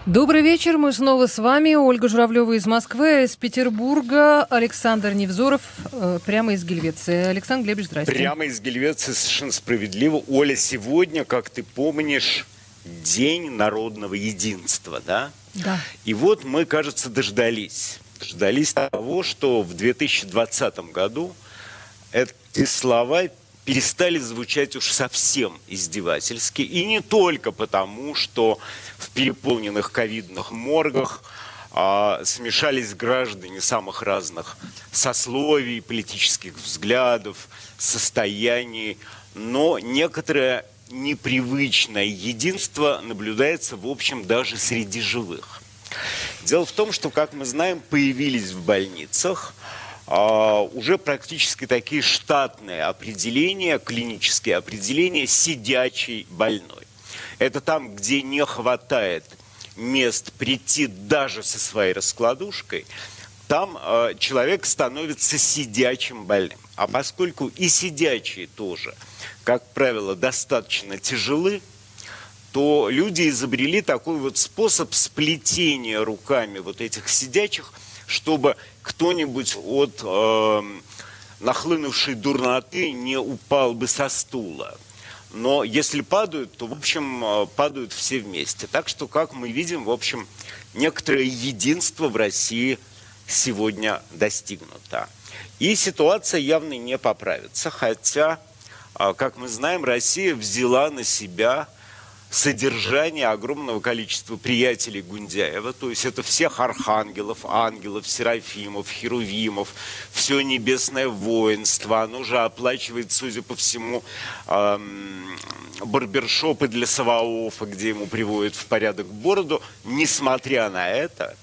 Добрый вечер, мы снова с вами. Ольга Журавлева из Москвы, из Петербурга, Александр Невзоров, прямо из Гельвеции. Александр Глебович, здрасте. Прямо из Гельвеции, совершенно справедливо. Оля, сегодня, как ты помнишь, День народного единства, да? Да. И вот мы, кажется, дождались того, что в 2020 году эти слова перестали звучать уж совсем издевательски. И не только потому, что в переполненных ковидных моргах смешались граждане самых разных сословий, политических взглядов, состояний, но некоторое непривычное единство наблюдается, в общем, даже среди живых. Дело в том, что, как мы знаем, появились в больницах уже практически такие штатные определения, клинические определения сидячий больной. Это там, где не хватает мест прийти даже со своей раскладушкой, там человек становится сидячим больным. А поскольку и сидячие тоже, как правило, достаточно тяжелы, то люди изобрели такой вот способ сплетения руками вот этих сидячих, чтобы кто-нибудь от нахлынувшей дурноты не упал бы со стула. Но если падают, то, в общем, падают все вместе. Так что, как мы видим, в общем, некоторое единство в России сегодня достигнуто. И ситуация явно не поправится, хотя, как мы знаем, Россия взяла на себя содержание огромного количества приятелей Гундяева, то есть это всех архангелов, ангелов, серафимов, херувимов, все небесное воинство, оно же оплачивает, судя по всему, барбершопы для Саваофа, где ему приводят в порядок бороду. Несмотря на это,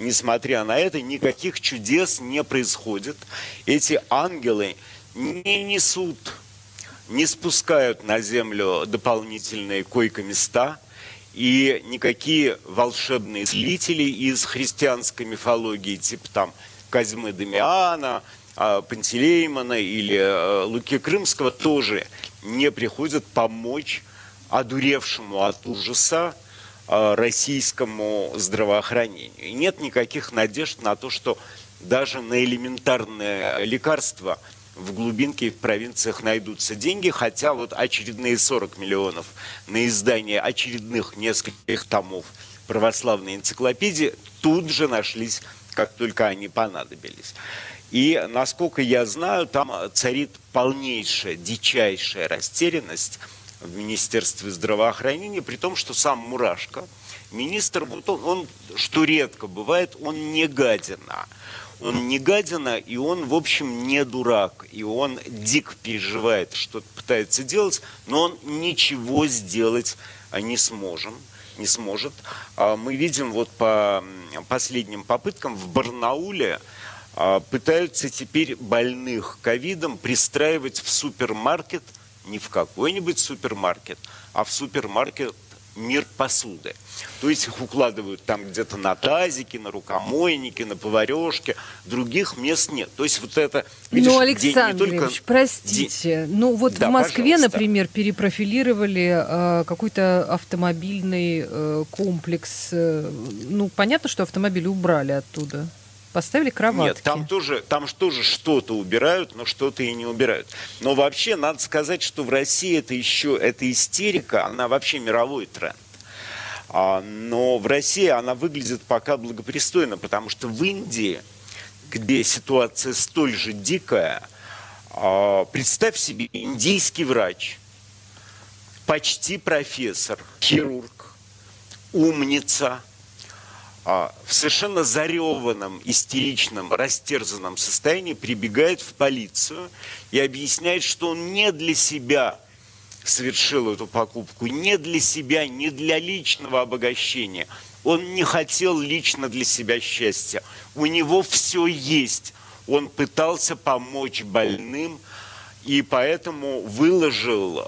никаких чудес не происходит. Эти ангелы не несут, не спускают на землю дополнительные койко-места, и никакие волшебные целители из христианской мифологии, типа там Козьмы Дамиана, Пантелеймона или Луки Крымского, тоже не приходят помочь одуревшему от ужаса российскому здравоохранению. И нет никаких надежд на то, что даже на элементарное лекарство в глубинке и в провинциях найдутся деньги, хотя вот очередные 40 миллионов на издание очередных нескольких томов православной энциклопедии тут же нашлись, как только они понадобились. И, насколько я знаю, там царит полнейшая, дичайшая растерянность в Министерстве здравоохранения, при том, что сам Мурашко, министр, он, что редко бывает, он не гадина. Он не гадина, и он, в общем, не дурак. И он дико переживает, что-то пытается делать, но он ничего сделать не сможет. Мы видим вот по последним попыткам в Барнауле пытаются теперь больных ковидом пристраивать в супермаркет, не в какой-нибудь супермаркет, а в супермаркет «Мир посуды». То есть их укладывают там где-то на тазике, на рукомойнике, на поварешке. Других мест нет. То есть вот это... Видишь, ну, Александр Ильич, простите. Ну, вот да, в Москве, пожалуйста, например, перепрофилировали какой-то автомобильный комплекс. Ну, понятно, что автомобили убрали оттуда. Поставили кроватки. Нет, там тоже что-то убирают, но что-то и не убирают. Но вообще, надо сказать, что в России эта истерика, она вообще мировой тренд. Но в России она выглядит пока благопристойно, потому что в Индии, где ситуация столь же дикая, представь себе, индийский врач, почти профессор, хирург, умница, в совершенно зареванном, истеричном, растерзанном состоянии прибегает в полицию и объясняет, что он не для себя совершил эту покупку, не для себя, не для личного обогащения. Он не хотел лично для себя счастья. У него все есть. Он пытался помочь больным и поэтому выложил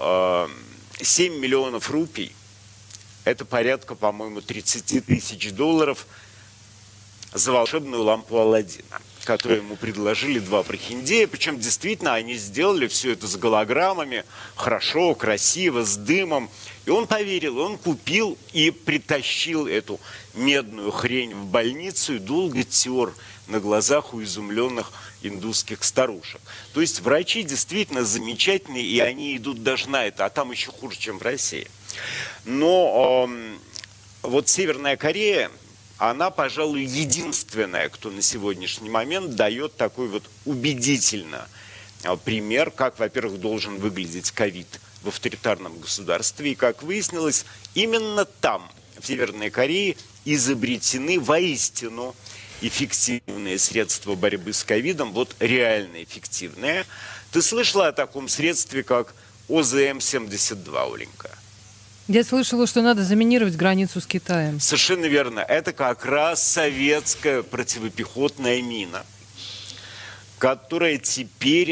7 миллионов рупий. Это порядка, по-моему, 30 тысяч долларов за волшебную лампу Аладдина. которые ему предложили два прохиндея. Причем действительно они сделали все это с голограммами, хорошо, красиво, с дымом. И он поверил, он купил и притащил эту медную хрень в больницу и долго тер на глазах у изумленных индусских старушек. То есть врачи действительно замечательные, и они идут даже на это, а там еще хуже, чем в России. Но вот Северная Корея, она, пожалуй, единственная, кто на сегодняшний момент дает такой вот убедительно пример, как, во-первых, должен выглядеть ковид в авторитарном государстве. И, как выяснилось, именно там, в Северной Корее, изобретены воистину эффективные средства борьбы с ковидом, вот реально эффективные. Ты слышала о таком средстве, как ОЗМ-72, Оленька? Я слышала, что надо заминировать границу с Китаем. Совершенно верно. Это как раз советская противопехотная мина, которые теперь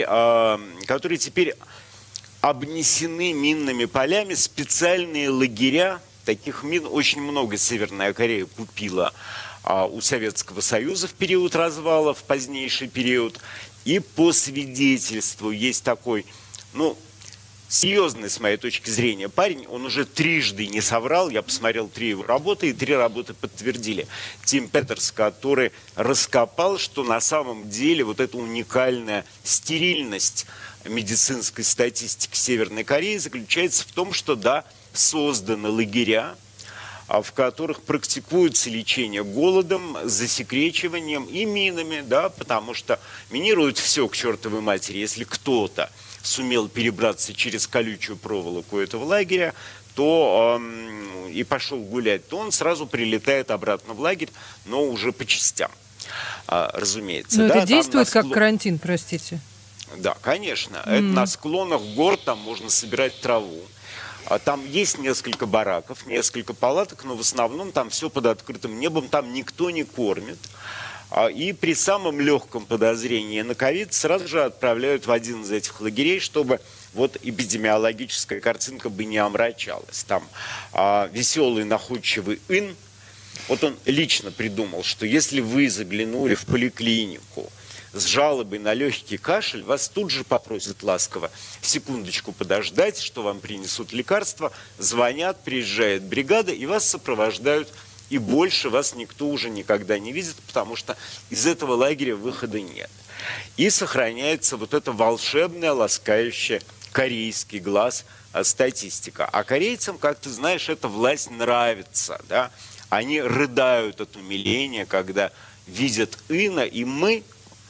обнесены минными полями, специальные лагеря. Таких мин очень много Северная Корея купила у Советского Союза в период развала, в позднейший период. И по свидетельству есть такой, серьезный, с моей точки зрения, парень. Он уже трижды не соврал. Я посмотрел 3 его работы, и 3 работы подтвердили. Тим Петерс, который раскопал, что на самом деле вот эта уникальная стерильность медицинской статистики Северной Кореи заключается в том, что, да, созданы лагеря, в которых практикуется лечение голодом, засекречиванием и минами, да, потому что минируют все к чертовой матери. Если кто-то сумел перебраться через колючую проволоку этого лагеря, то и пошел гулять, то он сразу прилетает обратно в лагерь, но уже по частям, разумеется. Но да, это действует как карантин, простите? Да, конечно. Это на склонах гор, там можно собирать траву. Там есть несколько бараков, несколько палаток, но в основном там все под открытым небом, там никто не кормит. И при самом легком подозрении на ковид сразу же отправляют в один из этих лагерей, чтобы вот эпидемиологическая картинка бы не омрачалась. Там веселый, находчивый Ин, вот он лично придумал, что если вы заглянули в поликлинику с жалобой на легкий кашель, вас тут же попросят ласково секундочку подождать, что вам принесут лекарства, звонят, приезжает бригада и вас сопровождают, и больше вас никто уже никогда не видит, потому что из этого лагеря выхода нет. И сохраняется вот эта волшебная, ласкающая корейский глаз статистика. А корейцам, как ты знаешь, эта власть нравится, да? Они рыдают от умиления, когда видят Ина, и мы,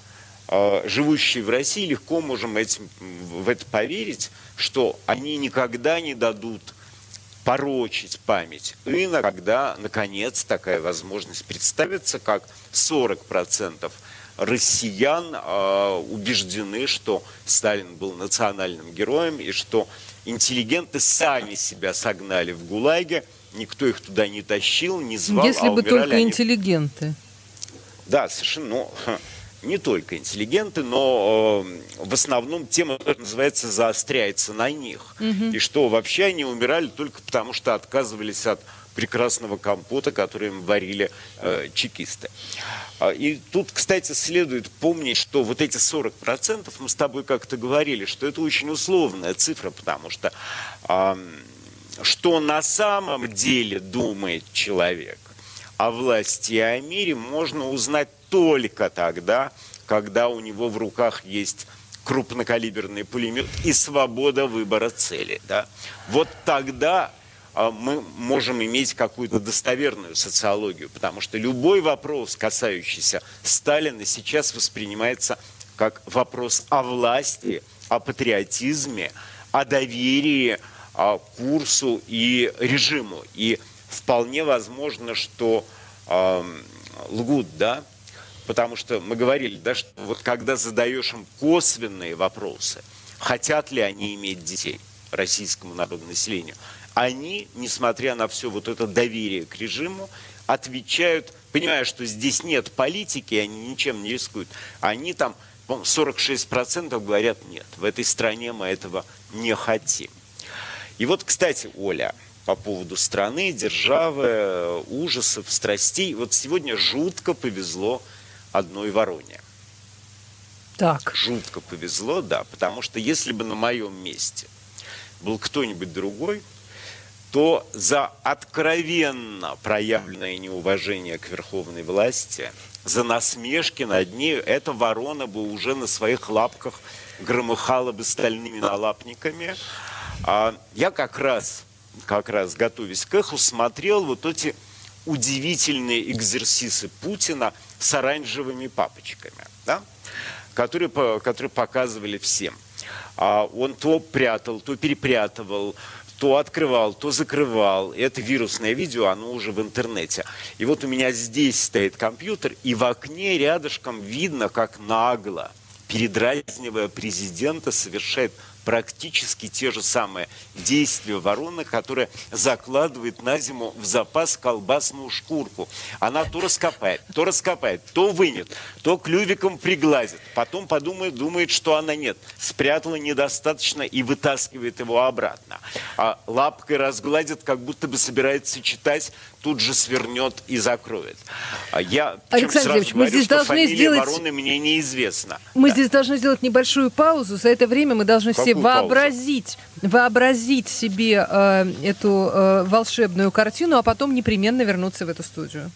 живущие в России, легко можем в это поверить, что они никогда не дадут порочить память Ина, когда, наконец, такая возможность представится, как 40% россиян убеждены, что Сталин был национальным героем, и что интеллигенты сами себя согнали в ГУЛАГе, никто их туда не тащил, не звал, если бы только интеллигенты. Да, совершенно, не только интеллигенты, но в основном тема, называется, заостряется на них. И что вообще они умирали только потому, что отказывались от прекрасного компота, который им варили чекисты. И тут, кстати, следует помнить, что вот эти 40%, мы с тобой как-то говорили, что это очень условная цифра, потому что что на самом деле думает человек о власти и о мире, можно узнать только тогда, когда у него в руках есть крупнокалиберный пулемет и свобода выбора цели. Да? Вот тогда мы можем иметь какую-то достоверную социологию, потому что любой вопрос, касающийся Сталина, сейчас воспринимается как вопрос о власти, о патриотизме, о доверии к курсу и режиму. И вполне возможно, что лгут, да? Потому что мы говорили, да, что вот когда задаешь им косвенные вопросы, хотят ли они иметь детей российскому народному населению, они, несмотря на все вот это доверие к режиму, отвечают, понимая, что здесь нет политики, они ничем не рискуют. Они там, 46% говорят, нет, в этой стране мы этого не хотим. И вот, кстати, Оля, по поводу страны, державы, ужасов, страстей. Вот сегодня жутко повезло одной вороне. Так. Жутко повезло, да, потому что если бы на моем месте был кто-нибудь другой, то за откровенно проявленное неуважение к верховной власти, за насмешки над нею, эта ворона бы уже на своих лапках громыхала бы стальными налапниками. Я как раз готовясь к эху, смотрел вот эти удивительные экзерсисы Путина с оранжевыми папочками, да, которые показывали всем. Он то прятал, то перепрятывал, то открывал, то закрывал. Это вирусное видео, оно уже в интернете. И вот у меня здесь стоит компьютер, и в окне рядышком видно, как нагло, передразнивая президента, совершает практически те же самые действия вороны, которая закладывает на зиму в запас колбасную шкурку. Она то раскопает, то вынет, то клювиком приглазит. Потом думает, что она нет. Спрятала недостаточно и вытаскивает его обратно. А лапкой разгладит, как будто бы собирается читать, тут же свернет и закроет. Александр Ильич, мы здесь должны сделать... вороны мне неизвестна. Мы здесь должны сделать небольшую паузу. За это время мы должны все вообразить себе эту волшебную картину, а потом непременно вернуться в эту студию.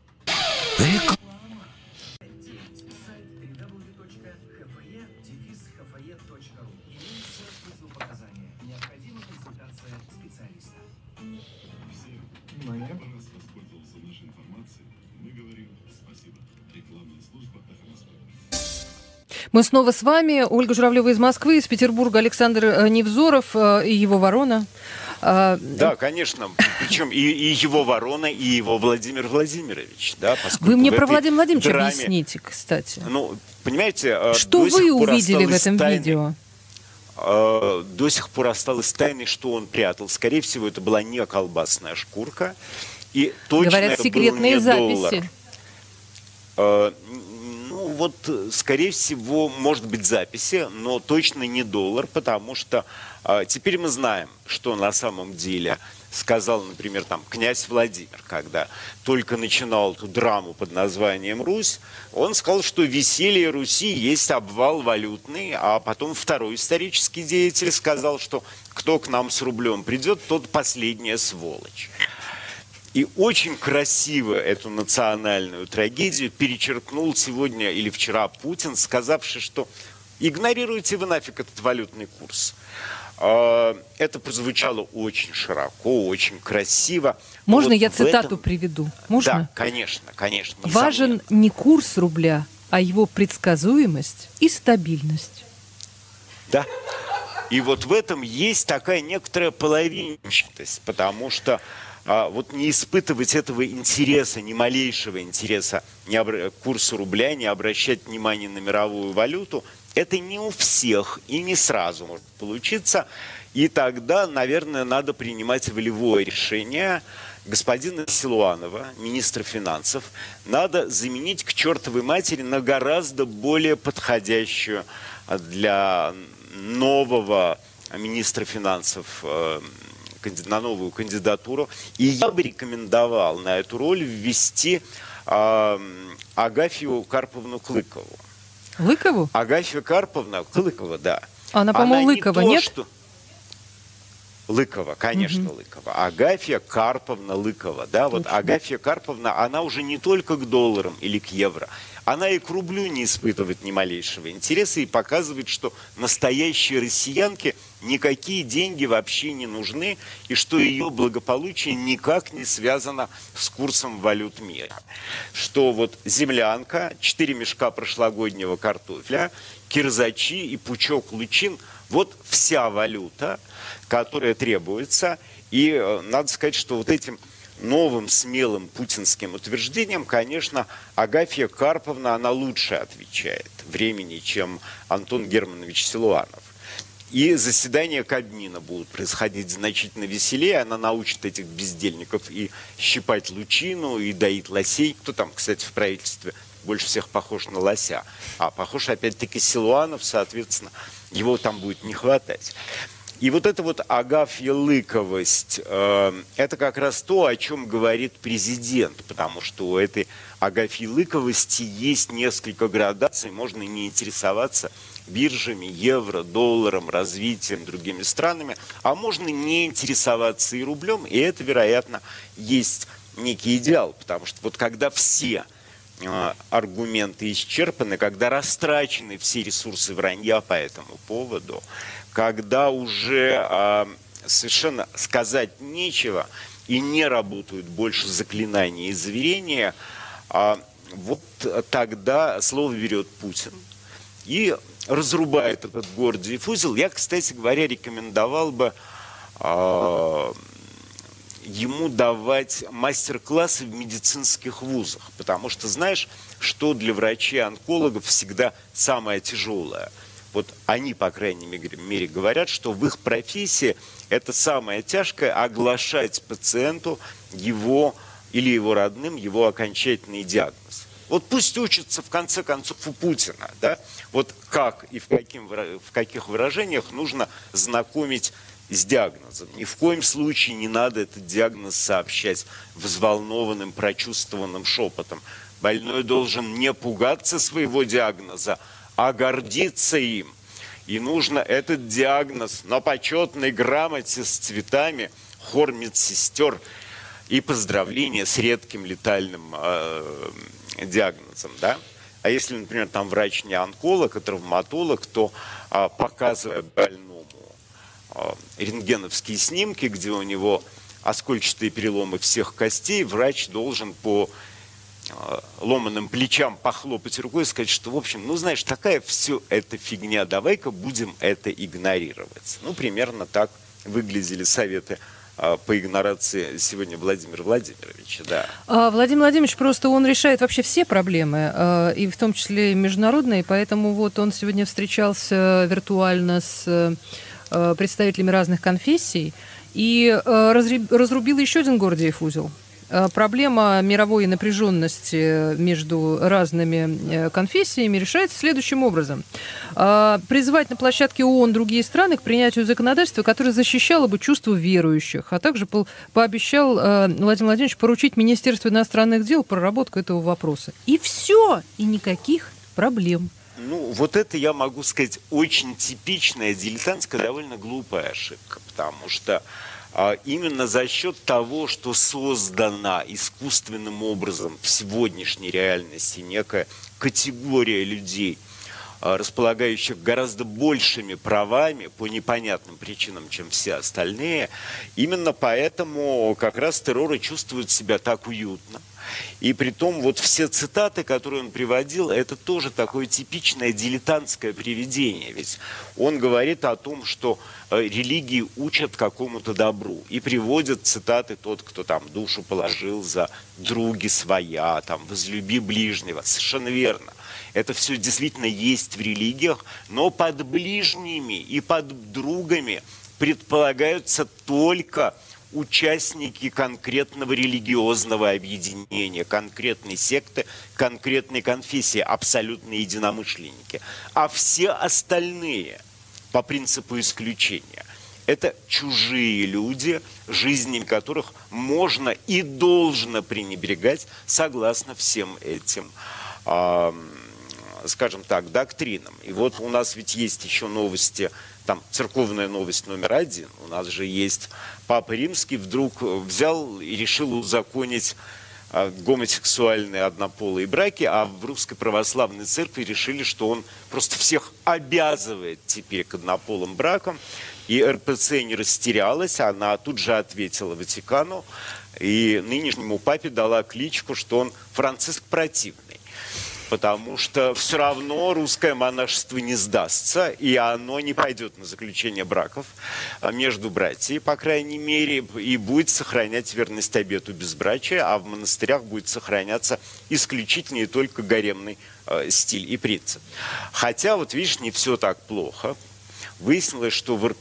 Мы снова с вами. Ольга Журавлева из Москвы, из Петербурга Александр Невзоров и его ворона. Да, конечно. Причем и его ворона, и его Владимир Владимирович. Да, вы мне про Владимира Владимировича объясните, кстати. Ну, понимаете, что вы увидели в этом видео? До сих пор осталось тайной, что он прятал. Скорее всего, это была не колбасная шкурка. И точно говорят, секретные записи. Ну, вот, скорее всего, может быть записи, но точно не доллар, потому что теперь мы знаем, что на самом деле сказал, например, там, князь Владимир, когда только начинал эту драму под названием «Русь», он сказал, что веселье Руси есть обвал валютный, а потом второй исторический деятель сказал, что кто к нам с рублем придет, тот последняя сволочь. И очень красиво эту национальную трагедию перечеркнул сегодня или вчера Путин, сказавший, что игнорируйте вы нафиг этот валютный курс. Это прозвучало очень широко, очень красиво. Можно вот я цитату приведу? Можно? Да, конечно. Важен не курс рубля, а его предсказуемость и стабильность. Да. И вот в этом есть такая некоторая половинчатость, потому что вот не испытывать этого интереса, ни малейшего интереса к курсу рубля, не обращать внимания на мировую валюту, это не у всех и не сразу может получиться. И тогда, наверное, надо принимать волевое решение. Господина Силуанова, министра финансов, надо заменить к чертовой матери на гораздо более подходящую для нового министра финансов, на новую кандидатуру. И я бы рекомендовал на эту роль ввести Агафью Карповну Клыкову. Лыкову? Агафья Карповна Клыкова, да. Она, по-моему, Лыкова, нет? Лыкова, конечно, Лыкова. Агафья Карповна Лыкова, да, вот Агафья Карповна, она уже не только к долларам или к евро, она и к рублю не испытывает ни малейшего интереса и показывает, что настоящей россиянке никакие деньги вообще не нужны, и что ее благополучие никак не связано с курсом валют мира. Что вот землянка, 4 мешка прошлогоднего картофеля, кирзачи и пучок лучин – вот вся валюта, которая требуется. И надо сказать, что вот этим новым смелым путинским утверждением, конечно, Агафья Карповна, она лучше отвечает времени, чем Антон Германович Силуанов. И заседания Кабмина будут происходить значительно веселее. Она научит этих бездельников и щипать лучину, и доить лосей. Кто там, кстати, в правительстве больше всех похож на лося? А похож, опять-таки, Силуанов, соответственно, его там будет не хватать. И вот эта вот агафья-лыковость, это как раз то, о чем говорит президент, потому что у этой агафьи-лыковости есть несколько градаций, можно не интересоваться биржами, евро, долларом, развитием, другими странами, а можно не интересоваться и рублем, и это, вероятно, есть некий идеал, потому что вот когда все аргументы исчерпаны, когда растрачены все ресурсы вранья по этому поводу, когда уже совершенно сказать нечего и не работают больше заклинания и заверения, вот тогда слово берет Путин и разрубает этот Гордиев узел. Я, кстати говоря, рекомендовал бы ему давать мастер-классы в медицинских вузах, потому что знаешь, что для врачей-онкологов всегда самое тяжелое. Вот они, по крайней мере, говорят, что в их профессии это самое тяжкое — оглашать пациенту его или его родным его окончательный диагноз. Вот пусть учатся, в конце концов, у Путина, да? Вот как и в каких выражениях нужно знакомить с диагнозом. Ни в коем случае не надо этот диагноз сообщать взволнованным, прочувствованным шепотом. Больной должен не пугаться своего диагноза, а гордиться им. И нужно этот диагноз на почетной грамоте с цветами, хор медсестер и поздравления с редким летальным диагнозом. Да? А если, например, там врач не онколог, а травматолог, то, показывая больному рентгеновские снимки, где у него оскольчатые переломы всех костей, врач должен по ломаным плечам похлопать рукой и сказать, что, в общем, ну, знаешь, такая все это фигня, давай-ка будем это игнорировать. Ну, примерно так выглядели советы по игнорации сегодня Владимира Владимировича, да. Владимир Владимирович просто, он решает вообще все проблемы, и в том числе международные, поэтому вот он сегодня встречался виртуально с представителями разных конфессий и разрубил еще один Гордиев узел. Проблема мировой напряженности между разными конфессиями решается следующим образом. Призвать на площадке ООН другие страны к принятию законодательства, которое защищало бы чувства верующих, а также пообещал Владимир Владимирович поручить Министерству иностранных дел проработку этого вопроса. И все, и никаких проблем. Ну, вот это, я могу сказать, очень типичная, дилетантская, довольно глупая ошибка, потому что именно за счет того, что создана искусственным образом в сегодняшней реальности некая категория людей, располагающих гораздо большими правами по непонятным причинам, чем все остальные, именно поэтому как раз терроры чувствуют себя так уютно. И притом вот все цитаты, которые он приводил, это тоже такое типичное дилетантское привидение. Ведь он говорит о том, что религии учат какому-то добру. И приводит цитаты: тот, кто там душу положил за други своя, там, возлюби ближнего. Совершенно верно. Это все действительно есть в религиях, но под ближними и под другами предполагаются только участники конкретного религиозного объединения, конкретной секты, конкретной конфессии, абсолютные единомышленники. А все остальные, по принципу исключения, это чужие люди, жизнями которых можно и должно пренебрегать согласно всем этим, скажем так, доктринам. И вот у нас ведь есть еще новости, там церковная новость номер 1. У нас же есть Папа Римский вдруг взял и решил узаконить гомосексуальные однополые браки, а в Русской Православной Церкви решили, что он просто всех обязывает теперь к однополым бракам. И РПЦ не растерялась, она тут же ответила Ватикану и нынешнему папе дала кличку, что он Франциск Противный. Потому что все равно русское монашество не сдастся, и оно не пойдет на заключение браков между братьями, по крайней мере, и будет сохранять верность обету безбрачия, а в монастырях будет сохраняться исключительно и только гаремный стиль и принцип. Хотя, вот видишь, не все так плохо. Выяснилось, что в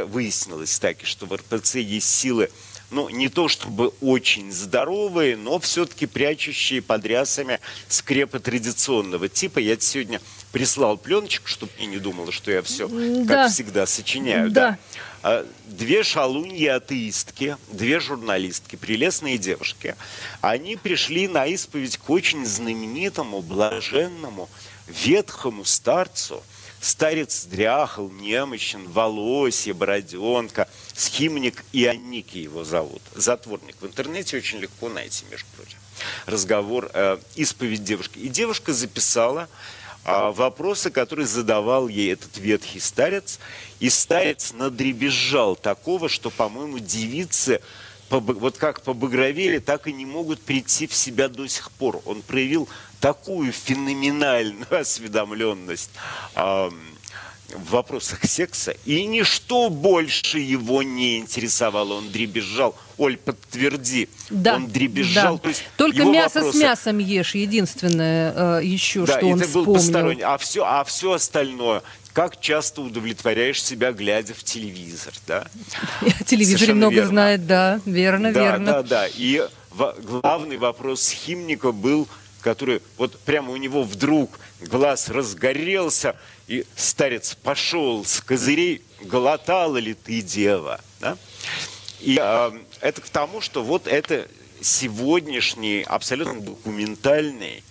РПЦ есть силы, ну, не то чтобы очень здоровые, но все-таки прячущие под рясами скрепы традиционного типа. Я тебе сегодня прислал пленочку, чтобы ты не думала, что я все, как всегда, сочиняю. Да. Две шалуньи-атеистки, две журналистки, прелестные девушки, они пришли на исповедь к очень знаменитому, блаженному, ветхому старцу. Старец дряхл, немощен, волосье, бороденка, схимник Ионики его зовут, затворник. В интернете очень легко найти, между прочим, разговор, исповедь девушки. И девушка записала вопросы, которые задавал ей этот ветхий старец. И старец надребезжал такого, что, по-моему, девицы вот как побагровели, так и не могут прийти в себя до сих пор. Он проявил такую феноменальную осведомленность в вопросах секса, и ничто больше его не интересовало. Он дребезжал. Оль, подтверди. Да, он дребезжал. да. То есть только мясо с мясом ешь, единственное еще, да, что он вспомнил. Был посторонний. А все остальное... Как часто удовлетворяешь себя, глядя в телевизор, да? О телевизоре много верно. Знает, да, верно, да, верно. Да. И главный вопрос схимника был, который вот прямо у него вдруг глаз разгорелся, и старец пошел с козырей: глотала ли ты, дева? Да? И это к тому, что вот это сегодняшний абсолютно документальный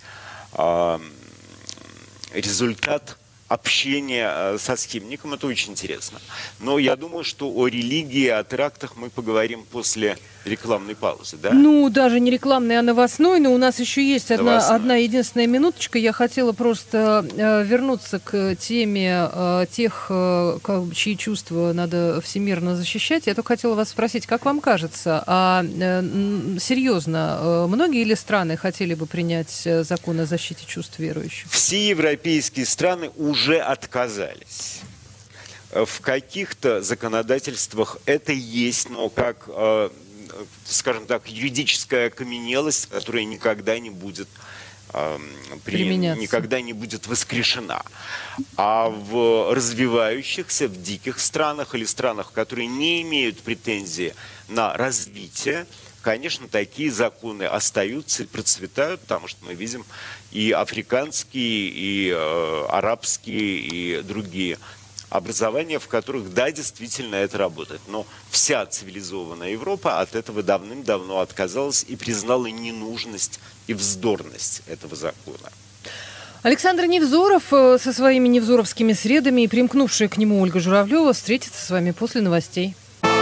результат общение со схимником. Это очень интересно. Но я думаю, что о религии, о терактах мы поговорим после рекламной паузы, да? Ну, даже не рекламной, а новостной, но у нас еще есть одна единственная минуточка. Я хотела просто вернуться к теме тех, чьи чувства надо всемирно защищать. Я только хотела вас спросить, как вам кажется, серьезно, многие ли страны хотели бы принять закон о защите чувств верующих? Все европейские страны уже отказались. В каких-то законодательствах это есть, но как, скажем так, юридическая окаменелость, которая никогда не будет никогда не будет воскрешена. А в развивающихся, в диких странах или странах, которые не имеют претензий на развитие, конечно, такие законы остаются и процветают, потому что мы видим и африканские, и арабские, и другие образования, в которых, да, действительно это работает. Но вся цивилизованная Европа от этого давным-давно отказалась и признала ненужность и вздорность этого закона. Александр Невзоров со своими невзоровскими средами и примкнувшая к нему Ольга Журавлева встретится с вами после новостей.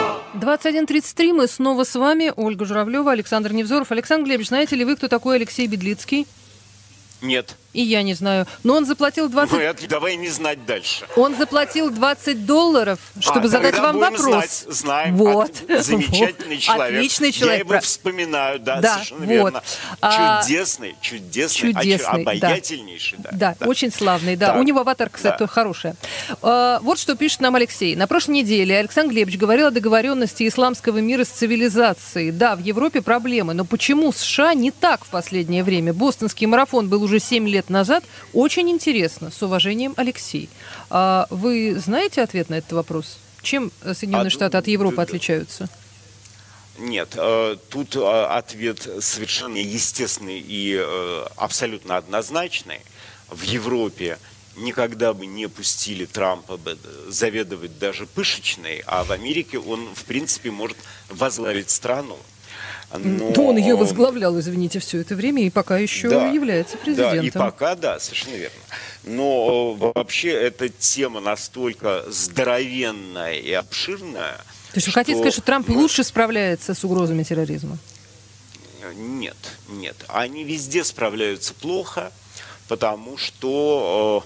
21:33, мы снова с вами, Ольга Журавлева, Александр Невзоров. Александр Глебович, знаете ли вы, кто такой Алексей Бедлицкий? Нет. И я не знаю. Но он заплатил 20... Давай не знать дальше. Он заплатил $20, чтобы задать вам вопрос. Знаем. Вот. Замечательный человек. Отличный человек. Я его вспоминаю, да, совершенно верно. Чудесный, обаятельнейший. Да, очень славный, да. У него аватарка, кстати, хорошая. Вот что пишет нам Алексей. На прошлой неделе Александр Глебович говорил о договоренности исламского мира с цивилизацией. Да, в Европе проблемы, но почему США не так в последнее время? Бостонский марафон был уже 7 лет назад. Очень интересно. С уважением, Алексей. Вы знаете ответ на этот вопрос? Чем Соединенные Штаты от Европы отличаются? Нет, тут ответ совершенно естественный и абсолютно однозначный. В Европе никогда бы не пустили Трампа заведовать даже пышечной, а в Америке он, в принципе, может возглавить страну. Но он ее возглавлял, извините, все это время и пока еще является президентом. Да, и пока, да, совершенно верно. Но вообще эта тема настолько здоровенная и обширная. То есть вы хотите сказать, что Трамп лучше справляется с угрозами терроризма? Нет. Они везде справляются плохо, потому что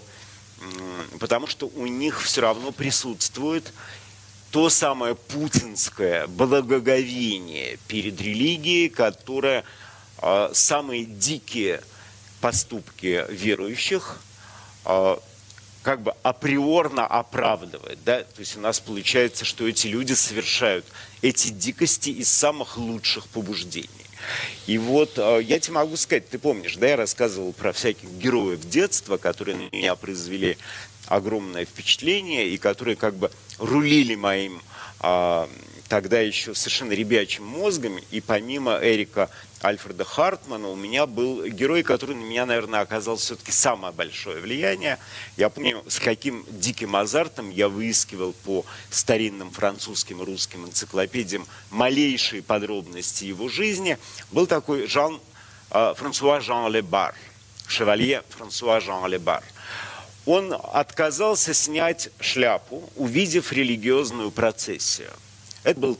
у них все равно присутствует то самое путинское благоговение перед религией, которое самые дикие поступки верующих как бы априорно оправдывает. Да? То есть у нас получается, что эти люди совершают эти дикости из самых лучших побуждений. И вот я тебе могу сказать, ты помнишь, да, я рассказывал про всяких героев детства, которые на меня произвели огромное впечатление и которые как бы рулили моим тогда еще совершенно ребячим мозгом, и помимо Эрика Альфреда Хартмана у меня был герой, который на меня, наверное, оказал все-таки самое большое влияние. Я помню, с каким диким азартом я выискивал по старинным французским и русским энциклопедиям малейшие подробности его жизни. Был такой Франсуа Жан Лебар, шевалье Франсуа Жан Лебар. Он отказался снять шляпу, увидев религиозную процессию. Это был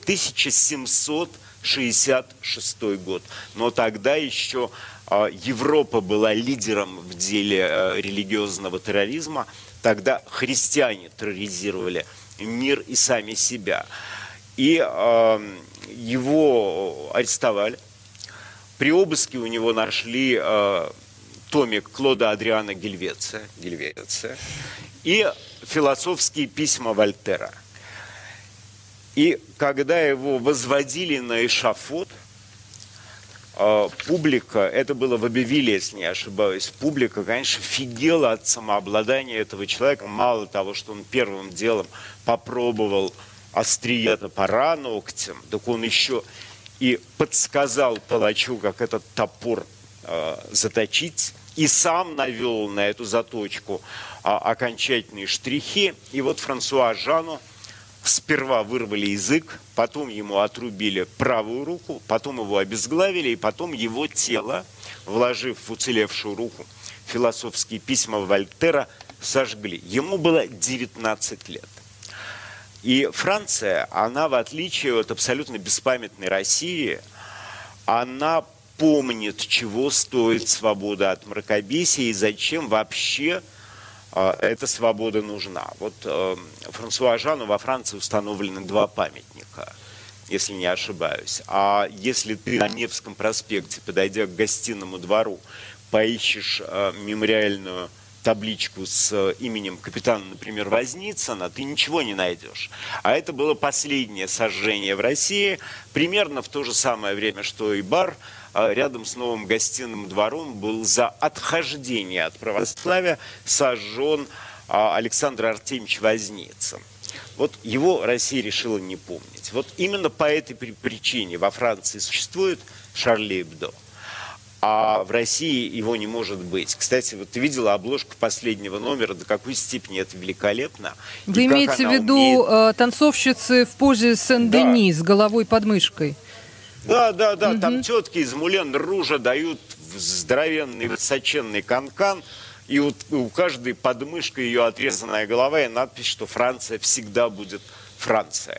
1766 год. Но тогда еще Европа была лидером в деле религиозного терроризма. Тогда христиане терроризировали мир и сами себя. И его арестовали. При обыске у него нашли томик Клода Адриана Гельвеция и философские письма Вольтера. И когда его возводили на эшафот, публика, это было в Аббевилле, если не ошибаюсь, публика, конечно, фигела от самообладания этого человека. Мало того, что он первым делом попробовал острие топора ногтем, так он еще и подсказал палачу, как этот топор заточить, и сам навел на эту заточку окончательные штрихи. И вот Франсуа Жану сперва вырвали язык, потом ему отрубили правую руку, потом его обезглавили, и потом его тело, вложив в уцелевшую руку философские письма Вольтера, сожгли. Ему было 19 лет. И Франция, она, в отличие от абсолютно беспамятной России, она помнит, чего стоит свобода от мракобесия и зачем вообще эта свобода нужна. Вот Франсуа Жану во Франции установлены 2 памятника, если не ошибаюсь. А если ты на Невском проспекте, подойдя к Гостиному двору, поищешь мемориальную табличку с именем капитана, например, Возницына, ты ничего не найдешь. А это было последнее сожжение в России, примерно в то же самое время, что и бар. Рядом с Новым Гостиным двором был за отхождение от православия сожжен Александр Артемьевич Возницын. Вот его Россия решила не помнить. Вот именно по этой причине во Франции существует Шарли Эбдо, а в России его не может быть. Кстати, вот ты видела обложку последнего номера, до какой степени это великолепно. Вы имеете в виду танцовщицы в позе Сен-Дени, да, с головой под мышкой? Да, там тетки из Мулен-Ружа дают здоровенный высоченный канкан, и у каждой под мышкой ее отрезанная голова и надпись, что Франция всегда будет Франция.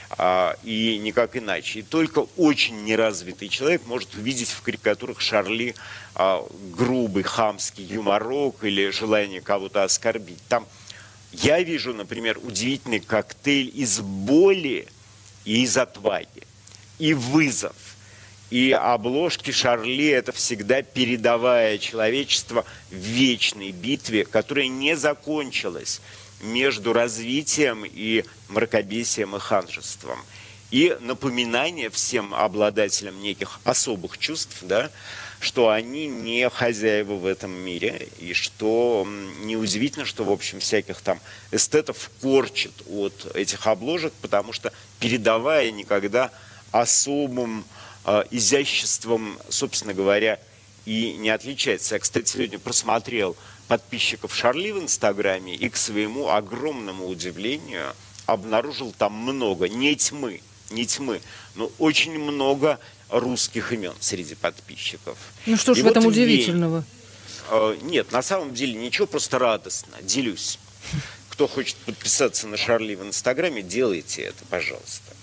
И никак иначе. И только очень неразвитый человек может увидеть в карикатурах Шарли грубый, хамский юморок или желание кого-то оскорбить. Там я вижу, например, удивительный коктейль из боли и из отваги. И вызов. И обложки Шарли – это всегда передовая человечество в вечной битве, которая не закончилась между развитием и мракобесием и ханжеством. И напоминание всем обладателям неких особых чувств, да, что они не хозяева в этом мире, и что неудивительно, что, в общем, всяких там эстетов корчат от этих обложек, потому что передовая никогда особым изяществом, собственно говоря, и не отличается. Я, кстати, сегодня просмотрел подписчиков Шарли в Инстаграме и, к своему огромному удивлению, обнаружил там много, не тьмы, но очень много русских имен среди подписчиков. Ну что ж в этом удивительного? Нет, на самом деле ничего, просто радостно. Делюсь. Кто хочет подписаться на Шарли в Инстаграме, делайте это, пожалуйста.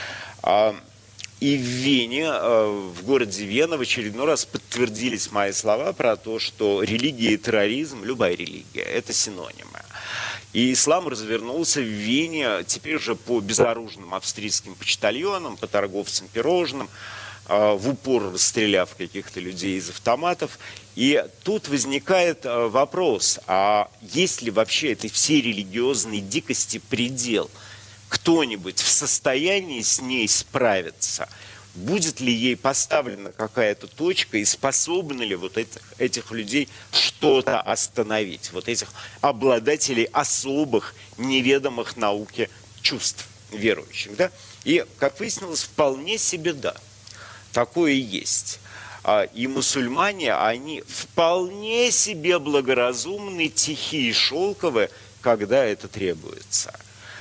И в Вене, в городе Вена, в очередной раз подтвердились мои слова про то, что религия и терроризм, любая религия, это синонимы. И ислам развернулся в Вене, теперь уже по безоружным австрийским почтальонам, по торговцам пирожным, в упор расстреляв каких-то людей из автоматов. И тут возникает вопрос, а есть ли вообще этой всей религиозной дикости предел? Кто-нибудь в состоянии с ней справиться? Будет ли ей поставлена какая-то точка и способны ли вот этих людей что-то остановить? Вот этих обладателей особых, неведомых науке чувств верующих, да? И, как выяснилось, вполне себе да, такое есть. И мусульмане, они вполне себе благоразумны, тихие и шелковые, когда это требуется.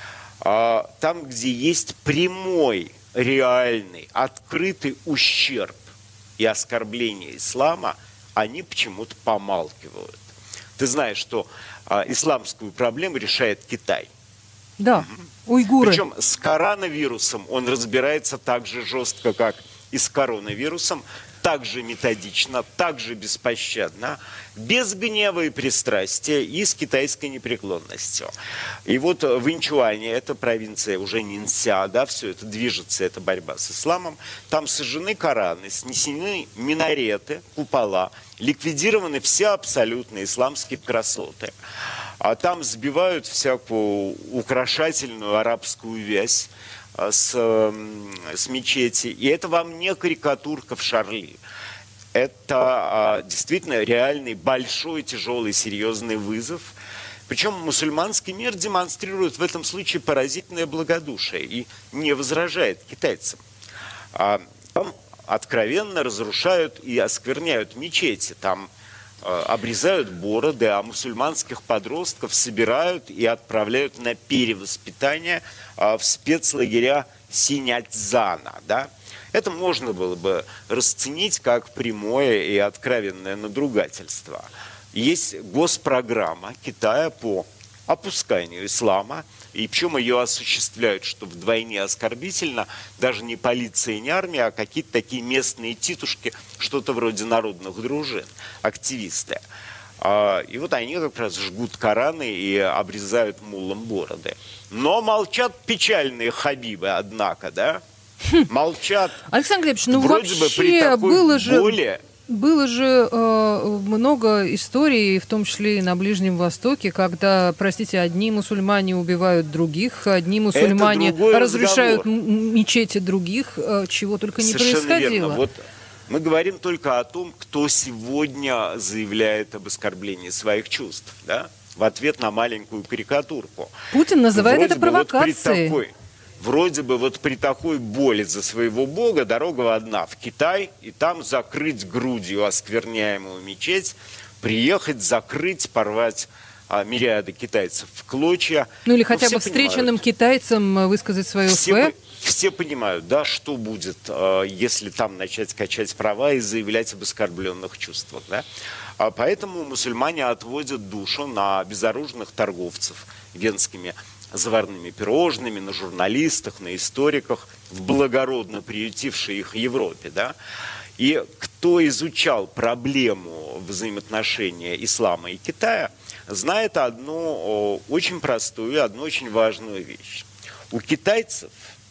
Там, где есть прямой, реальный, открытый ущерб и оскорбление ислама, они почему-то помалкивают. Ты знаешь, что исламскую проблему решает Китай. Да, уйгуры. Причем с коронавирусом он разбирается так же жестко, как и с коронавирусом, так же методично, так же беспощадно, без гнева и пристрастия и с китайской непреклонностью. И вот в Инчуане, это провинция уже Нинся, да, все это движется, это борьба с исламом, там сожжены Кораны, снесены минареты, купола, ликвидированы все абсолютно исламские красоты. А там сбивают всякую украшательную арабскую вязь с мечети. И это вам не карикатурка в Шарли. Это действительно реальный, большой, тяжелый, серьезный вызов. Причем мусульманский мир демонстрирует в этом случае поразительное благодушие и не возражает китайцам. Там откровенно разрушают и оскверняют мечети. Там обрезают бороды, а мусульманских подростков собирают и отправляют на перевоспитание в спецлагеря Синьцзяна. Да? Это можно было бы расценить как прямое и откровенное надругательство. Есть госпрограмма Китая по опусканию ислама, и причем ее осуществляют, что вдвойне оскорбительно, даже не полиция и не армия, а какие-то такие местные титушки, что-то вроде народных дружин, активисты. И вот они как раз жгут Кораны и обрезают муллам бороды. Но молчат печальные хабибы, однако, да? Молчат. Александр Глебович, ну вроде вообще бы при такой боли... Было же много историй, в том числе и на Ближнем Востоке, когда, простите, одни мусульмане убивают других, одни мусульмане разрушают мечети других, чего только не происходило. Верно. Вот мы говорим только о том, кто сегодня заявляет об оскорблении своих чувств, да? В ответ на маленькую карикатурку. Путин называет это провокацией. Вроде бы вот при такой боли за своего бога дорога одна в Китай, и там закрыть грудью оскверняемую мечеть, приехать, закрыть, порвать мириады китайцев в клочья. Ну или хотя бы встреченным китайцам высказать свое фэ. Все понимают, да, что будет, если там начать качать права и заявлять об оскорбленных чувствах. Да? Поэтому мусульмане отводят душу на безоружных торговцев венскими заварными пирожными, на журналистах, на историках, в благородно приютившей их Европе. Да? И кто изучал проблему взаимоотношения ислама и Китая, знает одну очень простую, одну очень важную вещь. У китайцев,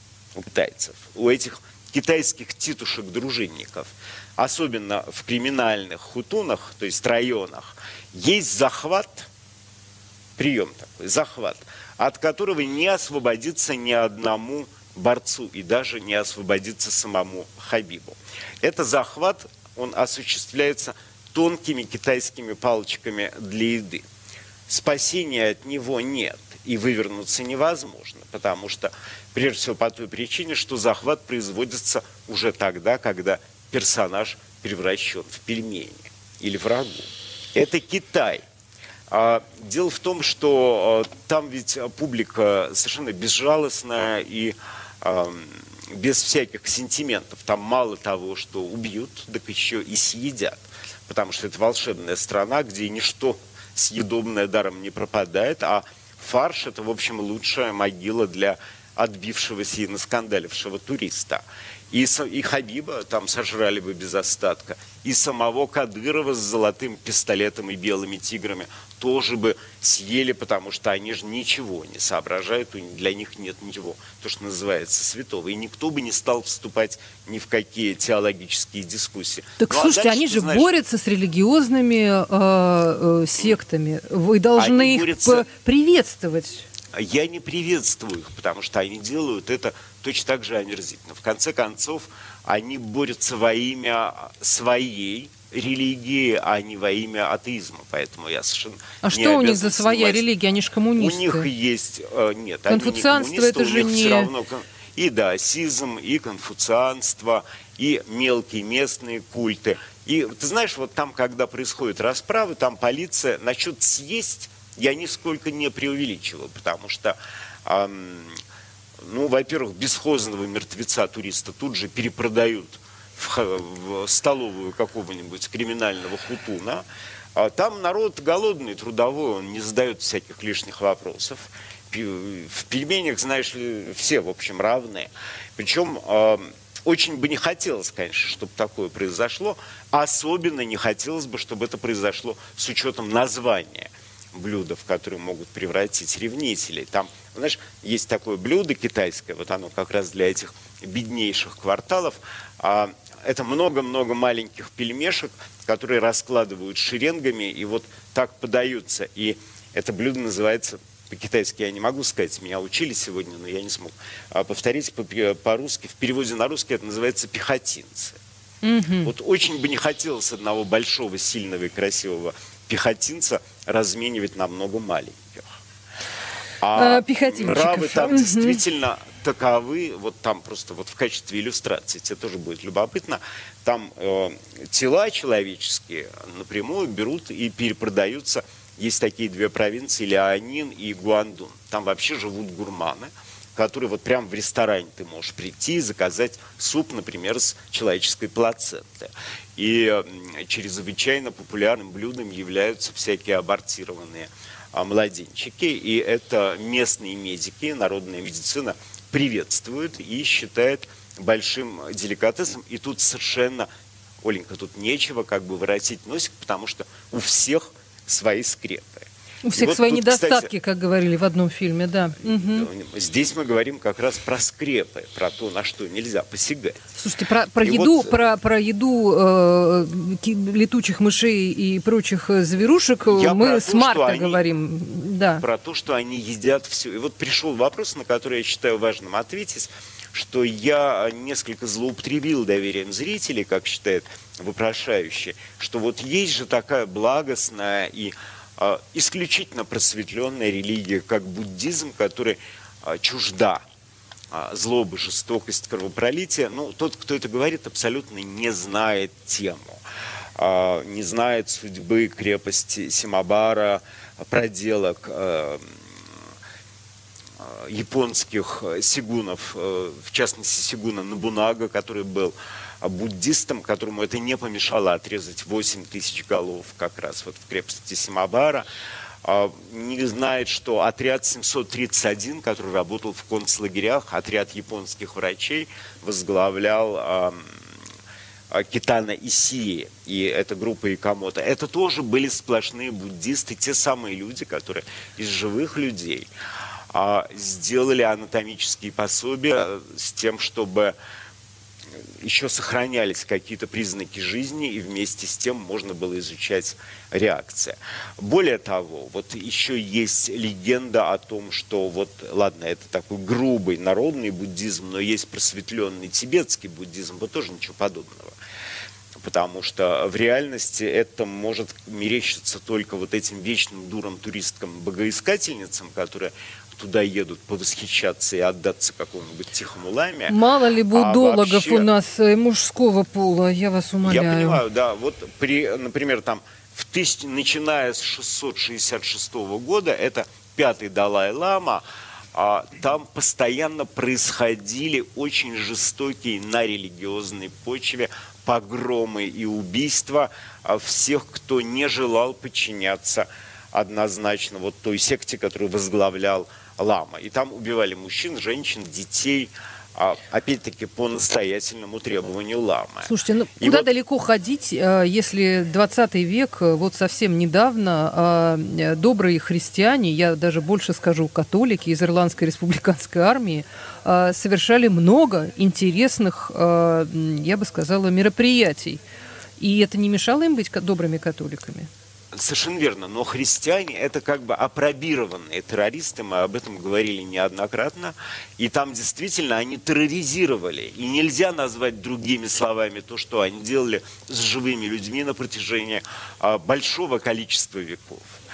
у этих китайских титушек-дружинников, особенно в криминальных хутунах, то есть районах, есть захват, прием такой, захват, от которого не освободится ни одному борцу и даже не освободится самому Хабибу. Это захват, он осуществляется тонкими китайскими палочками для еды. Спасения от него нет, и вывернуться невозможно, потому что, прежде всего, по той причине, что захват производится уже тогда, когда персонаж превращен в пельмени или врагу. Это Китай. Дело в том, что там ведь публика совершенно безжалостная и без всяких сентиментов. Там мало того, что убьют, так еще и съедят. Потому что это волшебная страна, где ничто съедобное даром не пропадает, а фарш – это, в общем, лучшая могила для отбившегося и наскандалившего туриста. И Хабиба там сожрали бы без остатка. И самого Кадырова с золотым пистолетом и белыми тиграми тоже бы съели, потому что они же ничего не соображают, для них нет ничего, то, что называется, святого. И никто бы не стал вступать ни в какие теологические дискуссии. Так, слушайте, они же борются с религиозными сектами. Вы должны их приветствовать. Я не приветствую их, потому что они делают это точно так же омерзительно. В конце концов, они борются во имя своей религии, а не во имя атеизма. Поэтому я совершенно А что у них за своя религия? Они же коммунисты. У них есть... Нет, конфуцианство — это же не... и даосизм, и конфуцианство, и мелкие местные культы. И ты знаешь, вот там, когда происходят расправы, там полиция насчет съесть, я нисколько не преувеличиваю, потому что, ну, во-первых, бесхозного мертвеца туриста тут же перепродают в столовую какого-нибудь криминального хутуна. А там народ голодный, трудовой, он не задает всяких лишних вопросов. В пельменях, знаешь ли, все, в общем, равны. Причем очень бы не хотелось, конечно, чтобы такое произошло. Особенно не хотелось бы, чтобы это произошло с учетом названия блюда, в которые могут превратить ревнителей. Там, знаешь, есть такое блюдо китайское, вот оно как раз для этих беднейших кварталов. Это много-много маленьких пельмешек, которые раскладывают шеренгами и вот так подаются. И это блюдо называется, по-китайски я не могу сказать, меня учили сегодня, но я не смог повторить по-русски. В переводе на русский это называется пехотинцы. Вот очень бы не хотелось одного большого, сильного и красивого пехотинца разменивать на много маленьких. Нравы там действительно таковы, вот там просто вот в качестве иллюстрации, тебе тоже будет любопытно, там тела человеческие напрямую берут и перепродаются. Есть такие две провинции, Лианин и Гуандун. Там вообще живут гурманы, которые вот прямо в ресторане ты можешь прийти и заказать суп, например, с человеческой плаценты. И чрезвычайно популярным блюдом являются всякие абортированные младенчики. И это местные медики, народная медицина приветствует и считает большим деликатесом. И тут совершенно, Оленька, тут нечего как бы воротить носик, потому что у всех свои скрепы. У всех вот свои тут, недостатки, кстати, как говорили в одном фильме, да. Здесь мы говорим как раз про скрепы, про то, на что нельзя посягать. Слушайте, про еду, вот, про еду летучих мышей и прочих зверушек мы с марта говорим. Да. Про то, что они едят все. И вот пришел вопрос, на который я считаю важным ответить, что я несколько злоупотребил доверием зрителей, как считает вопрошающий, что вот есть же такая благостная и исключительно просветленная религия, как буддизм, который чужда злобы, жестокость, кровопролития. Ну, тот, кто это говорит, абсолютно не знает тему, не знает судьбы крепости Симабара, проделок японских сигунов, в частности сигуна Нобунага, который был буддистом, которому это не помешало отрезать 8 тысяч голов как раз вот в крепости Симабара. Не знает, что отряд 731, который работал в концлагерях, отряд японских врачей, возглавлял Китано Исии, и эта группа Икамото. Это тоже были сплошные буддисты, те самые люди, которые из живых людей сделали анатомические пособия с тем, чтобы еще сохранялись какие-то признаки жизни, и вместе с тем можно было изучать реакции. Более того, вот еще есть легенда о том, что вот, ладно, это такой грубый народный буддизм, но есть просветленный тибетский буддизм, вот тоже ничего подобного. Потому что в реальности это может мерещиться только вот этим вечным дурам-туристкам-богоискательницам, которые туда едут повосхищаться и отдаться какому-нибудь тихому ламе. Мало ли буддологов вообще у нас мужского пола, я вас умоляю. Я понимаю, да. Вот, например, там, начиная с 666 года, это 5-й Далай-лама, там постоянно происходили очень жестокие на религиозной почве погромы и убийства всех, кто не желал подчиняться однозначно вот той секте, которую возглавлял лама. И там убивали мужчин, женщин, детей, опять-таки по настоятельному требованию ламы. Слушайте, ну куда вот далеко ходить, если 20 век, вот совсем недавно, добрые христиане, я даже больше скажу, католики из Ирландской республиканской армии, совершали много интересных, я бы сказала, мероприятий. И это не мешало им быть добрыми католиками? Совершенно верно, но христиане это как бы апробированные террористы, мы об этом говорили неоднократно, и там действительно они терроризировали, и нельзя назвать другими словами то, что они делали с живыми людьми на протяжении большого количества веков.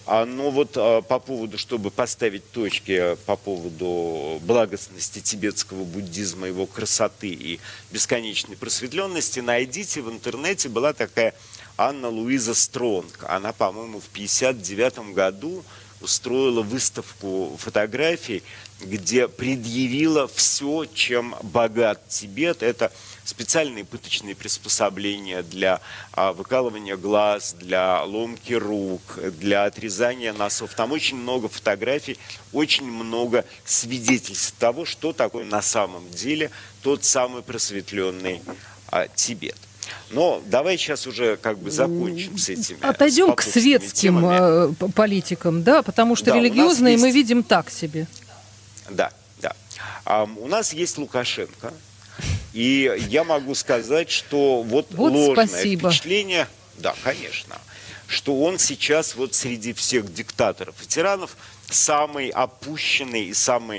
Но вот по поводу, чтобы поставить точки по поводу благостности тибетского буддизма, его красоты и бесконечной просветленности, найдите в интернете, была такая Анна Луиза Стронг. Она, по-моему, в 1959 году устроила выставку фотографий, где предъявила все, чем богат Тибет. Это специальные пыточные приспособления для выкалывания глаз, для ломки рук, для отрезания носов. Там очень много фотографий, очень много свидетельств того, что такое на самом деле тот самый просветленный Тибет. Но давай сейчас уже как бы закончим с этими. Отойдем к светским политикам, да, потому что религиозные мы видим так себе. Да, да. У нас есть Лукашенко, и я могу сказать, что вот ложное впечатление, да, конечно, что он сейчас вот среди всех диктаторов и тиранов самый опущенный и самый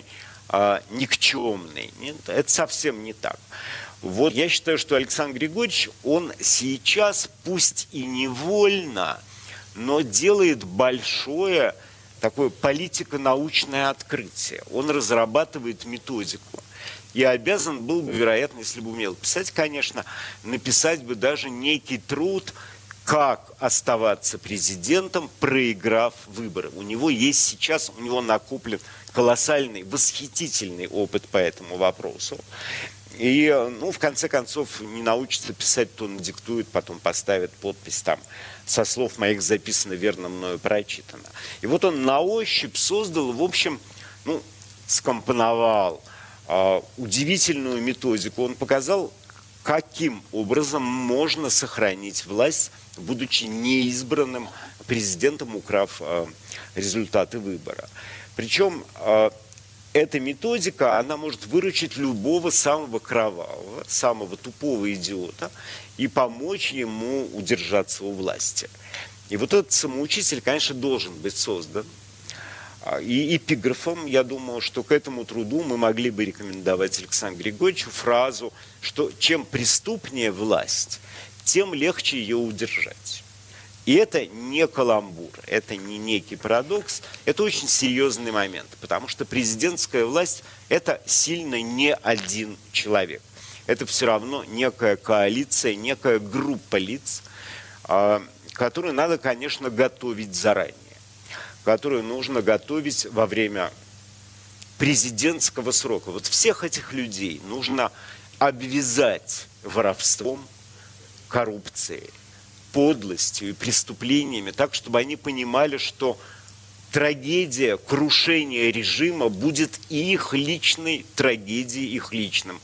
никчемный. Нет, это совсем не так. Вот я считаю, что Александр Григорьевич, он сейчас, пусть и невольно, но делает большое такое политико-научное открытие. Он разрабатывает методику. И обязан был бы, вероятно, если бы умел писать, конечно, написать бы даже некий труд, как оставаться президентом, проиграв выборы. У него есть сейчас, у него накоплен колоссальный, восхитительный опыт по этому вопросу. И, ну, в конце концов, не научится писать, то надиктует, потом поставит подпись там. Со слов моих записано, верно мною прочитано. И вот он на ощупь создал, в общем, ну, скомпоновал удивительную методику. Он показал, каким образом можно сохранить власть, будучи неизбранным президентом, украв результаты выбора. Причем эта методика, она может выручить любого самого кровавого, самого тупого идиота и помочь ему удержаться у власти. И вот этот самоучитель, конечно, должен быть создан. И эпиграфом, я думаю, что к этому труду мы могли бы рекомендовать Александру Григорьевичу фразу, что чем преступнее власть, тем легче ее удержать. И это не каламбур, это не некий парадокс, это очень серьезный момент, потому что президентская власть – это сильно не один человек. Это все равно некая коалиция, некая группа лиц, которую надо, конечно, готовить заранее, которую нужно готовить во время президентского срока. Вот всех этих людей нужно обвязать воровством, коррупцией, подлостью и преступлениями, так, чтобы они понимали, что трагедия крушения режима будет их личной трагедией, их личным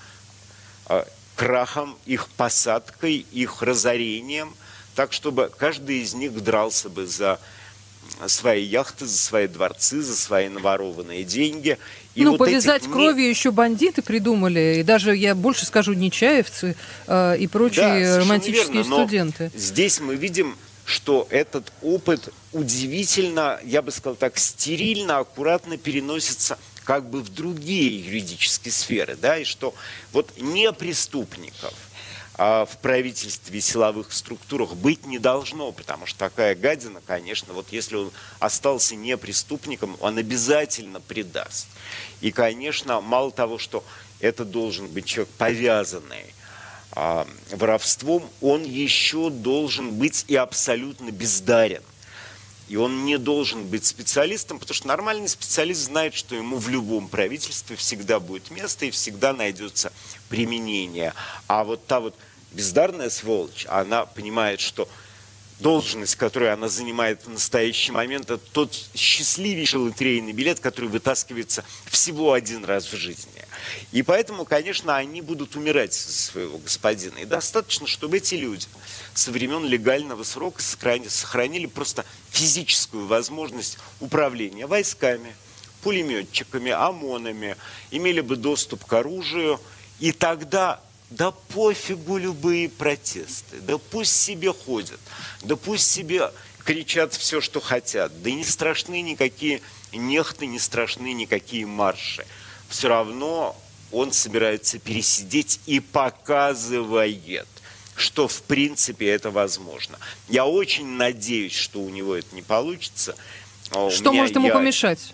крахом, их посадкой, их разорением, так, чтобы каждый из них дрался бы за свои яхты, за свои дворцы, за свои наворованные деньги. И ну, вот повязать кровью еще бандиты придумали, и даже, я больше скажу, нечаевцы и прочие, да, романтические верно, студенты. Здесь мы видим, что этот опыт удивительно, я бы сказал так, стерильно, аккуратно переносится как бы в другие юридические сферы, да, и что вот не преступников в правительстве и силовых структурах быть не должно, потому что такая гадина, конечно, вот если он остался не преступником, он обязательно предаст. И, конечно, мало того, что это должен быть человек, повязанный воровством, он еще должен быть и абсолютно бездарен. И он не должен быть специалистом, потому что нормальный специалист знает, что ему в любом правительстве всегда будет место и всегда найдется применение. А вот та вот бездарная сволочь, она понимает, что должность, которую она занимает в настоящий момент, это тот счастливейший лотерейный билет, который вытаскивается всего один раз в жизни. И поэтому, конечно, они будут умирать за своего господина. И достаточно, чтобы эти люди со времен легального срока сохранили просто физическую возможность управления войсками, пулеметчиками, ОМОНами, имели бы доступ к оружию, и тогда да пофигу любые протесты, да пусть себе ходят, да пусть себе кричат все, что хотят, да не страшны никакие нехты, не страшны никакие марши. Все равно он собирается пересидеть и показывает, что в принципе это возможно. Я очень надеюсь, что у него это не получится. Что может ему помешать?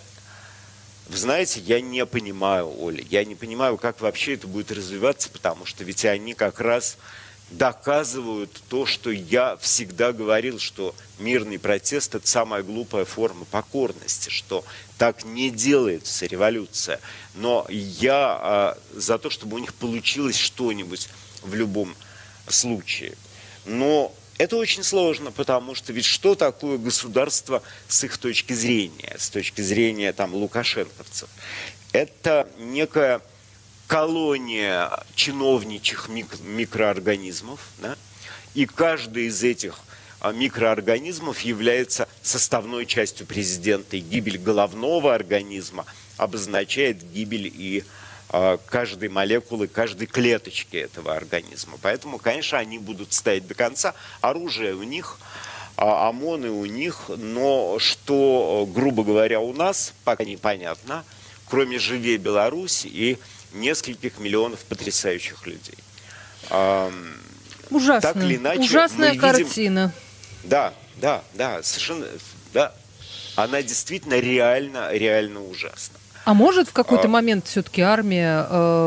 Вы знаете, я не понимаю, Оля, я не понимаю, как вообще это будет развиваться, потому что ведь они как раз доказывают то, что я всегда говорил, что мирный протест – это самая глупая форма покорности, что так не делается революция. Но я за то, чтобы у них получилось что-нибудь в любом случае. Но это очень сложно, потому что ведь что такое государство с их точки зрения, с точки зрения там лукашенковцев? Это некая колония чиновничьих микроорганизмов, да? И каждый из этих микроорганизмов является составной частью президента. И гибель головного организма обозначает гибель и каждой молекулы, каждой клеточки этого организма. Поэтому, конечно, они будут стоять до конца. Оружие у них, ОМОНы у них, но что, грубо говоря, у нас, пока непонятно, кроме «Живе Беларусь» и нескольких миллионов потрясающих людей. Ужасно. Так или иначе, ужасная мы картина. Да, совершенно, да. Она действительно реально ужасна. А может в какой-то момент все-таки армия,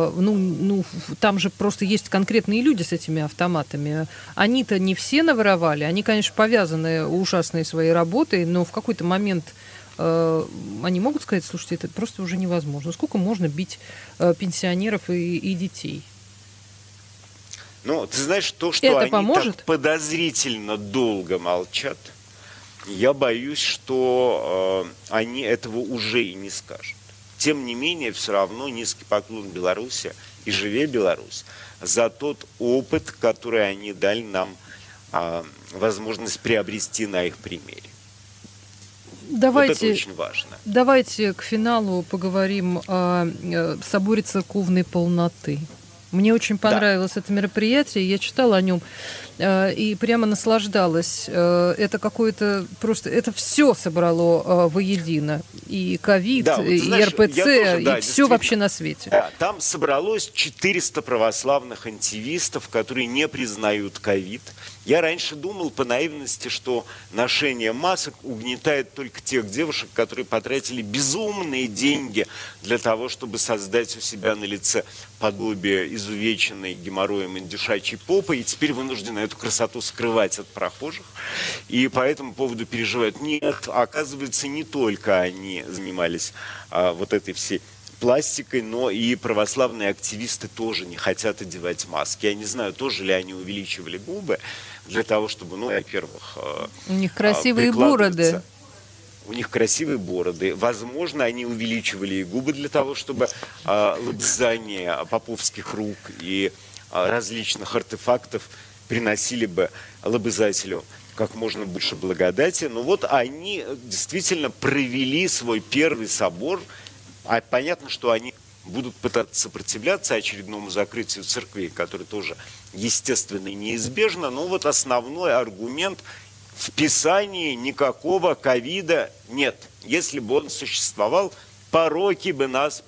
там же просто есть конкретные люди с этими автоматами. Они-то не все наворовали, они, конечно, повязаны ужасной своей работой, но в какой-то момент они могут сказать, слушайте, это просто уже невозможно. Сколько можно бить пенсионеров и детей? Ну, ты знаешь, то, что это они поможет? Так подозрительно долго молчат, я боюсь, что они этого уже и не скажут. Тем не менее, все равно низкий поклон Беларуси и «Живе Беларусь» за тот опыт, который они дали нам возможность приобрести на их примере. Давайте, вот это очень важно. Давайте к финалу поговорим о соборе церковной полноты. Мне очень понравилось это мероприятие, я читала о нем и прямо наслаждалась. Это какое-то просто, это все собрало воедино. И ковид, и РПЦ, и все вообще на свете. Да, там собралось 400 православных антивистов, которые не признают ковид. Я раньше думал по наивности, что ношение масок угнетает только тех девушек, которые потратили безумные деньги для того, чтобы создать у себя на лице подобие изувеченной геморроем индюшачьей попы, и теперь вынуждены эту красоту скрывать от прохожих. И по этому поводу переживают. Нет, оказывается, не только они занимались вот этой всей пластикой, но и православные активисты тоже не хотят одевать маски. Я не знаю, тоже ли они увеличивали губы для того, чтобы, во-первых, у них красивые бороды. У них красивые бороды. Возможно, они увеличивали и губы для того, чтобы лобзание поповских рук и различных артефактов приносили бы лобызателю как можно больше благодати. Но вот они действительно провели свой первый собор. А понятно, что они будут пытаться сопротивляться очередному закрытию церквей, которое тоже естественно и неизбежно. Но вот основной аргумент: в Писании никакого ковида нет. Если бы он существовал, пророки бы нас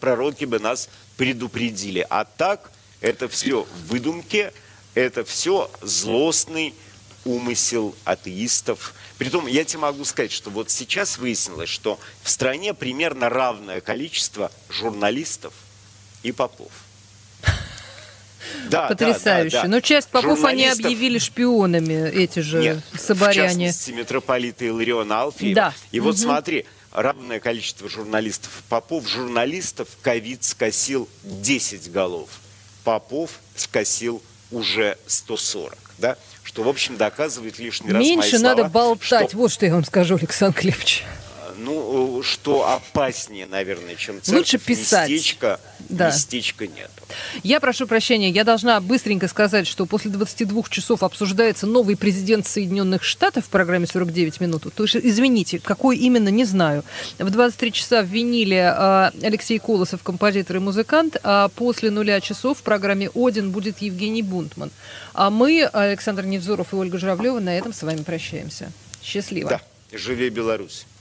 предупредили. А так, это все выдумки, это все злостный умысел атеистов. Притом, я тебе могу сказать, что вот сейчас выяснилось, что в стране примерно равное количество журналистов и попов. Да, потрясающе. Но часть попов они объявили шпионами, эти же соборяне. В частности, митрополита Илариона Алфеева. Да. И вот смотри, равное количество журналистов и попов. Журналистов ковид скосил 10 голов. Попов скосил уже 140. Да? Что, в общем, доказывает лишний раз мои слова. Меньше надо болтать. Вот что я вам скажу, Александр Глебович. Ну, что опаснее, наверное, чем церковь. Лучше писать. Местечка нет. Я прошу прощения, я должна быстренько сказать, что после 22 часов обсуждается новый президент Соединенных Штатов в программе «49 минут». То есть, извините, какой именно, не знаю. В 23 часа в виниле Алексей Колосов, композитор и музыкант, а после 0 часов в программе «Один» будет Евгений Бунтман. А мы, Александр Невзоров и Ольга Журавлева, на этом с вами прощаемся. Счастливо. Да, живи Беларусь.